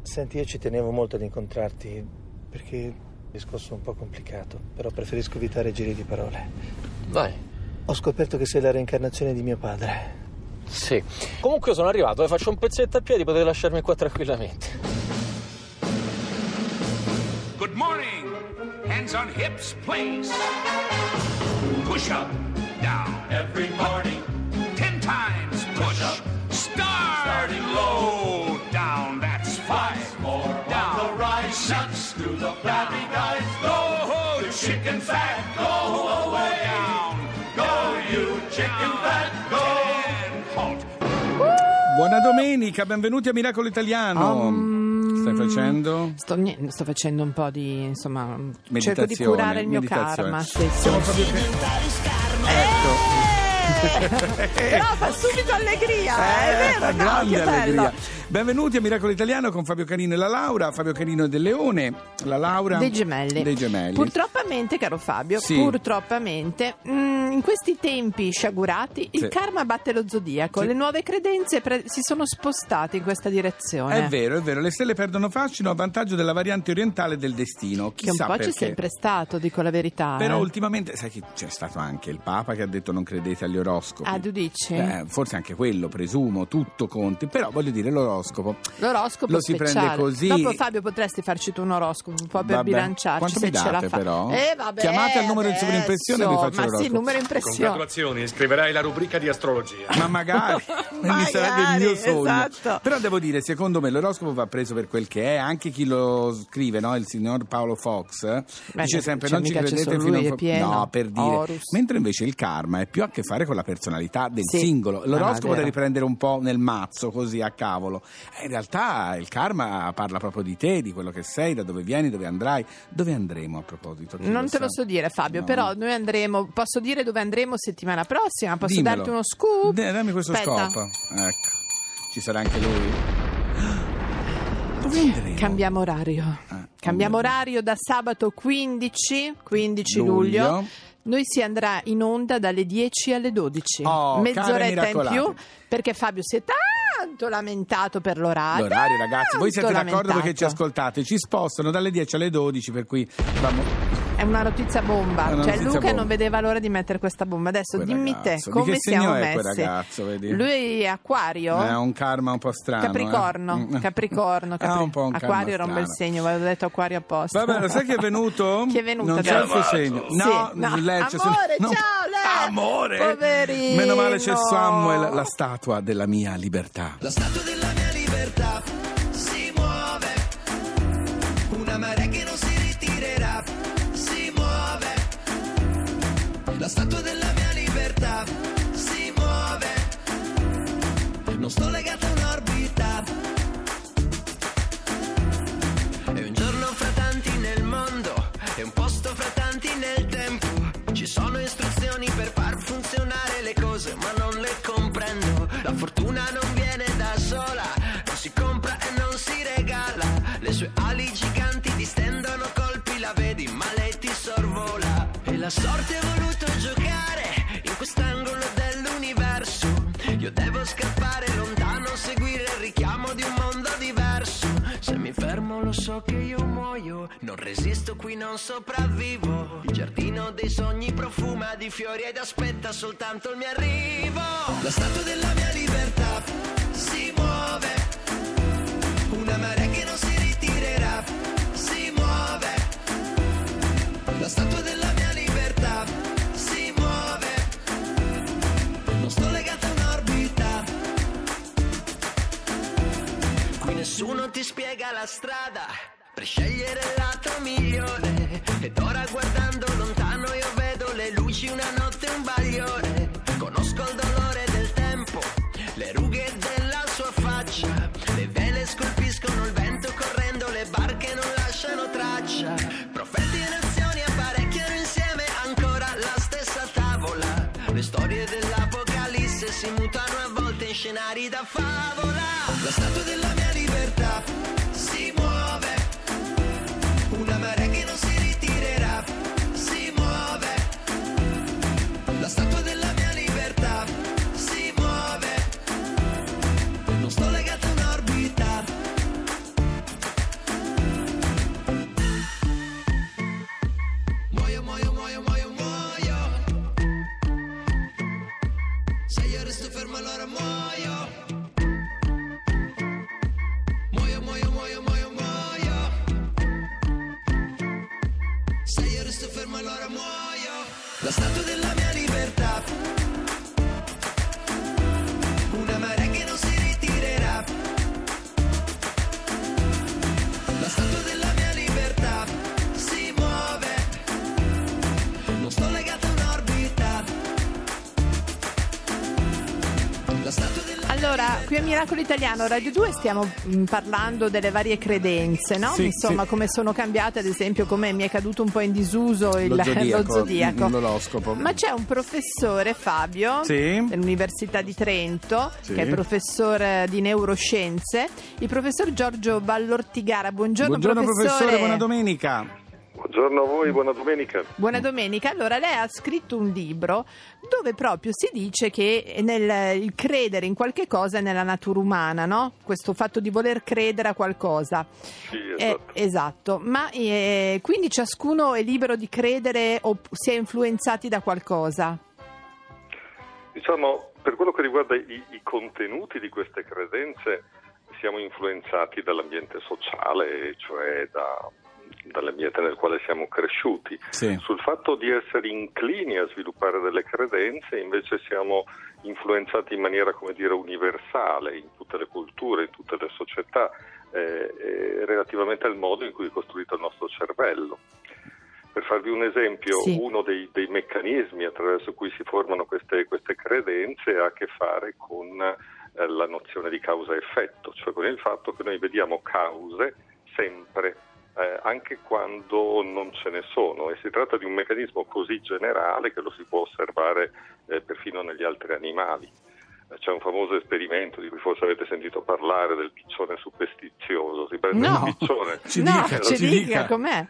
Senti, io ci tenevo molto ad incontrarti perché il discorso è un po' complicato, però preferisco evitare giri di parole. Vai. Ho scoperto che sei la reincarnazione di mio padre. Sì. Comunque io sono arrivato, faccio un pezzetto a piedi, potete lasciarmi qua tranquillamente. Good morning. Hands on hips, please. Push up, down. Every morning. 10 times push up. Starting low, down. That's 5 more. Down. The rise. 6 to the flabby guys. Go, chicken fat. Go away. Down. Go, you chicken fat. Go. 10. Halt. Buona domenica, benvenuti a Miracolo Italiano. Stai facendo? Sto facendo un po' di, insomma, Meditazione, cerco di curare il mio karma. Siamo proprio Però fa subito allegria, è vero, grande che bello. allegria. Benvenuti a Miracolo Italiano con Fabio Canino e la Laura. Fabio Canino è del Leone, la Laura dei gemelli. Purtroppamente, caro Fabio, sì. Purtroppamente in questi tempi sciagurati il karma batte lo zodiaco. Sì. Le nuove credenze si sono spostate in questa direzione. È vero, le stelle perdono fascino a vantaggio della variante orientale del destino. Che un po' perché. C'è sempre stato, dico la verità. Però ultimamente, sai che c'è stato anche il Papa che ha detto non credete agli oroscopi. Ah, tu dici? Forse anche quello, presumo, tutto conti. Però voglio dire, l'oroscopo lo si speciale. prende così. Dopo, Fabio, potresti farci tu un oroscopo un po' per bilanciarci. Quanto se mi date, ce la fa. però? Vabbè, chiamate al numero di sovrimpressione e vi faccio l'oroscopo. Ma sì, numero impressione. Congratulazioni, scriverai la rubrica di astrologia. Ma magari mi sarebbe il mio sogno. Esatto. Però devo dire, secondo me l'oroscopo va preso per quel che è. Anche chi lo scrive, no? Il signor Paolo Fox dice sempre non ci credete fino a no, per dire. Horus. Mentre invece il karma è più a che fare con la personalità del singolo. L'oroscopo devi prendere un po' nel mazzo, così a cavolo. In realtà il karma parla proprio di te, di quello che sei, da dove vieni, dove andrai. Dove andremo a proposito? Non te lo so dire, Fabio, No. però noi andremo. Posso dire dove andremo settimana prossima? Posso Dimmelo. darti uno scoop? Dammi questo Aspetta. scoop. Ecco, ci sarà anche lui. Dove andremo? Cambiamo orario. Cambiamo orario da sabato 15 luglio. Noi si andrà in onda dalle 10 alle 12. Mezz'oretta in più, perché Fabio si è tanto lamentato per l'orario. L'orario, ragazzi, voi siete d'accordo lamentato. perché ci ascoltate? Ci spostano dalle 10 alle 12, per cui È una notizia bomba. Notizia Luca bomba. non vedeva l'ora di mettere questa bomba. Adesso Quel dimmi ragazzo. te come Di che siamo segno è messi. quel ragazzo, vedi? Lui è Acquario? Ha un karma un po' strano. Capricorno. Un po' un karma Acquario era un bel strano. segno, avevo detto Acquario apposta. Va bene, sai chi è venuto? Chi è venuto Non c'è il adesso? suo segno. Sì. No, Lerce, Amore, no. ciao Lerce. Amore. Poverino. Meno male c'è Samuel, la statua della mia libertà. La statua della mia libertà si muove, una marea che non si ritirerà, si muove. La statua della mia libertà si muove, non sto legato a un'orbita. È un giorno fra tanti nel mondo, è un posto fra tanti nel tempo. Ci sono istruzioni per far funzionare le cose, ma non le comprendo. La fortuna non viene da sola, non si compra e non si regala. Le sue ali giganti distendono colpi, la vedi, ma lei ti sorvola. E la sorte ha voluto giocare in quest'angolo dell'universo. Io devo scappare lontano, seguire il richiamo di un mondo diverso. Se mi fermo lo so che io muoio, non resisto qui, non sopravvivo. Il giardino dei sogni profuma di fiori ed aspetta soltanto il mio arrivo. La statua della mia libertà si muove, una marea che non si ritirerà, si muove. La statua della mia libertà si muove, non sto legato a un'orbita. Qui nessuno ti spiega la strada per scegliere il lato migliore. Ed ora guardando lontano io vedo le luci, una notte, un bagliore. Conosco il dolore del tempo, le rughe della sua faccia. Le vele scolpiscono il vento correndo, le barche non lasciano traccia. Profeti e nazioni apparecchiano insieme ancora la stessa tavola. Le storie dell'Apocalisse si mutano a volte in scenari da favola. La statua della mia libertà si muove, una marea che non si ritirerà, si muove. La statua della mia libertà si muove, non sto legato a un'orbita. la statua della mia libertà, una marea che non si ritirerà, la statua della mia libertà si muove, non sto legato a un'orbita, la statua della Allora, qui a Miracolo Italiano Radio 2 stiamo parlando delle varie credenze, no? Sì, Insomma, sì. come sono cambiate, ad esempio, come mi è caduto un po' in disuso lo zodiaco. L'oroscopo. Ma c'è un professore, Fabio, Sì. dell'Università di Trento, Sì. che è professore di neuroscienze, il professor Giorgio Vallortigara. Buongiorno professore, buona domenica. Buongiorno a voi, buona domenica. Buona domenica. Allora, lei ha scritto un libro dove proprio si dice che il credere in qualche cosa è nella natura umana, no? Questo fatto di voler credere a qualcosa. Sì, esatto. Esatto. Ma quindi ciascuno è libero di credere o si è influenzati da qualcosa? Diciamo, per quello che riguarda i contenuti di queste credenze, siamo influenzati dall'ambiente sociale, cioè dall'ambiente nel quale siamo cresciuti. Sì. Sul fatto di essere inclini a sviluppare delle credenze, invece siamo influenzati in maniera, come dire, universale in tutte le culture, in tutte le società, relativamente al modo in cui è costruito il nostro cervello. Per farvi un esempio, sì. Uno dei meccanismi attraverso cui si formano queste credenze ha a che fare con la nozione di causa-effetto, cioè con il fatto che noi vediamo cause sempre, anche quando non ce ne sono, e si tratta di un meccanismo così generale che lo si può osservare perfino negli altri animali. C'è un famoso esperimento di cui forse avete sentito parlare, del piccione superstizioso. Si prende un piccione, ci dica com'è.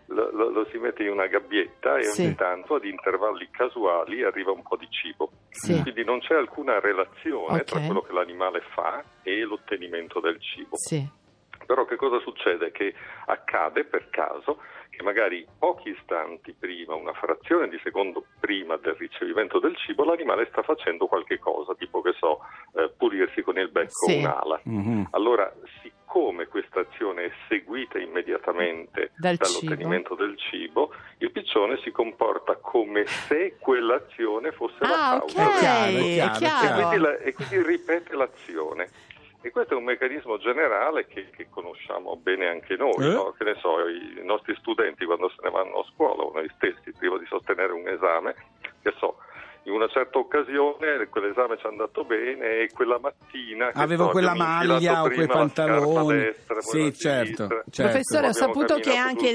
Lo si mette in una gabbietta e sì. ogni tanto ad intervalli casuali arriva un po' di cibo. Sì. Quindi non c'è alcuna relazione tra Ok. quello che l'animale fa e l'ottenimento del cibo. Sì. Però che cosa succede? Che accade per caso che magari pochi istanti prima, una frazione di secondo prima del ricevimento del cibo, l'animale sta facendo qualche cosa, tipo che so, pulirsi con il becco Sì. un'ala. Mm-hmm. Allora, siccome questa azione è seguita immediatamente dall'ottenimento del cibo, il piccione si comporta come se quell'azione fosse la causa. Ok, È chiaro. E quindi ripete l'azione. E questo è un meccanismo generale che conosciamo bene anche noi, no? Che ne so, i nostri studenti quando se ne vanno a scuola, o noi stessi, prima di sostenere un esame, che so, in una certa occasione quell'esame ci è andato bene e quella mattina avevo quella maglia o quei pantaloni. Destra, sì, certo. Professore, ho saputo che anche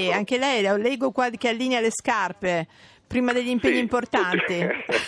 lei leggo qua che allinea le scarpe prima degli impegni importanti.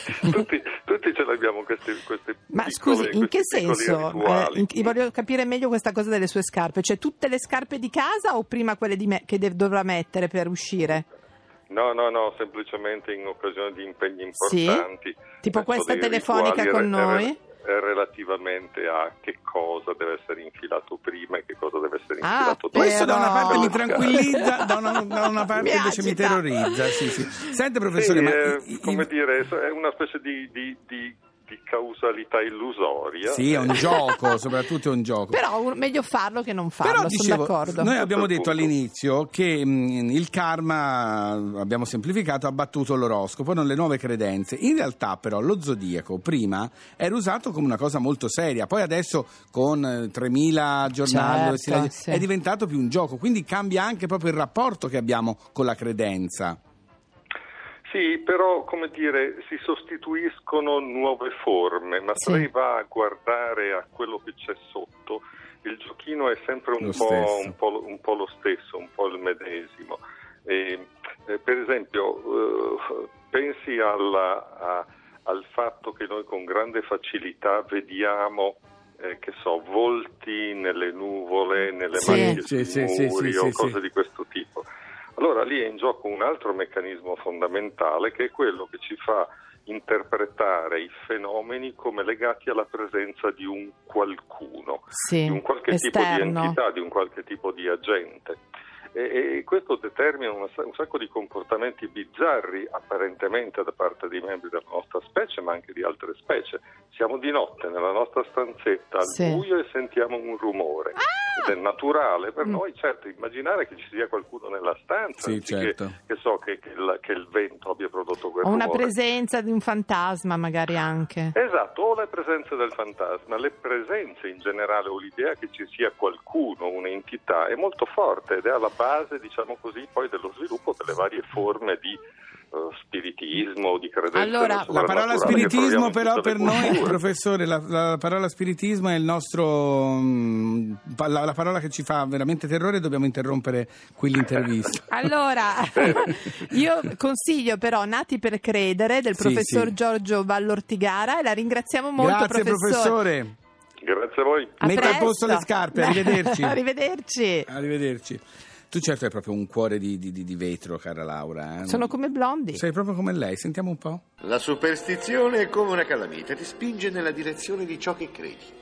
Tutti ce l'abbiamo questi Ma piccoli, scusi, in che senso? rituali. Voglio capire meglio questa cosa delle sue scarpe. Cioè tutte le scarpe di casa o prima quelle che dovrà mettere per uscire? No, semplicemente in occasione di impegni importanti. Sì? Tipo questa telefonica con noi? Relativamente a che cosa deve essere infilato prima e che cosa deve essere infilato dopo. Questo da una parte mi tranquillizza, da una parte mi invece mi agita. terrorizza. Sì. Sente professore, come dire, è una specie di causalità illusoria. Sì, è un gioco, soprattutto è un gioco. Però meglio farlo che non farlo, Però sono d'accordo. Noi abbiamo detto all'inizio che il karma, abbiamo semplificato, ha battuto l'oroscopo, non le nuove credenze. In realtà però lo zodiaco prima era usato come una cosa molto seria, poi adesso con 3000 giornali sì. è diventato più un gioco, quindi cambia anche proprio il rapporto che abbiamo con la credenza. Sì, però, come dire, si sostituiscono nuove forme, ma se lei va a guardare a quello che c'è sotto, il giochino è sempre un po' lo stesso, un po' il medesimo. Per esempio, pensi al fatto che noi con grande facilità vediamo volti nelle nuvole, nelle macchie sui muri o cose di questo tipo. Allora lì è in gioco un altro meccanismo fondamentale, che è quello che ci fa interpretare i fenomeni come legati alla presenza di un qualcuno, di un qualche esterno. tipo di entità, di un qualche tipo di agente. E questo determina un sacco di comportamenti bizzarri apparentemente da parte dei membri della nostra specie, ma anche di altre specie. Siamo di notte nella nostra stanzetta al buio e sentiamo un rumore. ed è naturale per noi, certo, immaginare che ci sia qualcuno nella stanza, sì, certo. che il vento abbia prodotto quel o una rumore. Presenza di un fantasma magari anche. Esatto, o la presenza del fantasma, le presenze in generale o l'idea che ci sia qualcuno, un'entità, è molto forte ed è alla base, diciamo così, poi dello sviluppo delle varie forme di spiritismo, di credenza. Allora, la parola spiritismo però per noi, professore, la parola spiritismo è il nostro la parola che ci fa veramente terrore. Dobbiamo interrompere qui l'intervista. Allora, io consiglio però Nati per credere del professor Giorgio Vallortigara e la ringraziamo molto. Grazie professore. Grazie a voi. Metta a posto le scarpe, arrivederci. Arrivederci. Tu certo hai proprio un cuore di vetro, cara Laura. Sono come Blondie. Sei proprio come lei, sentiamo un po'. La superstizione è come una calamita, ti spinge nella direzione di ciò che credi.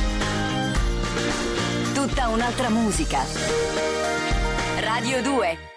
Un'altra musica. Radio 2.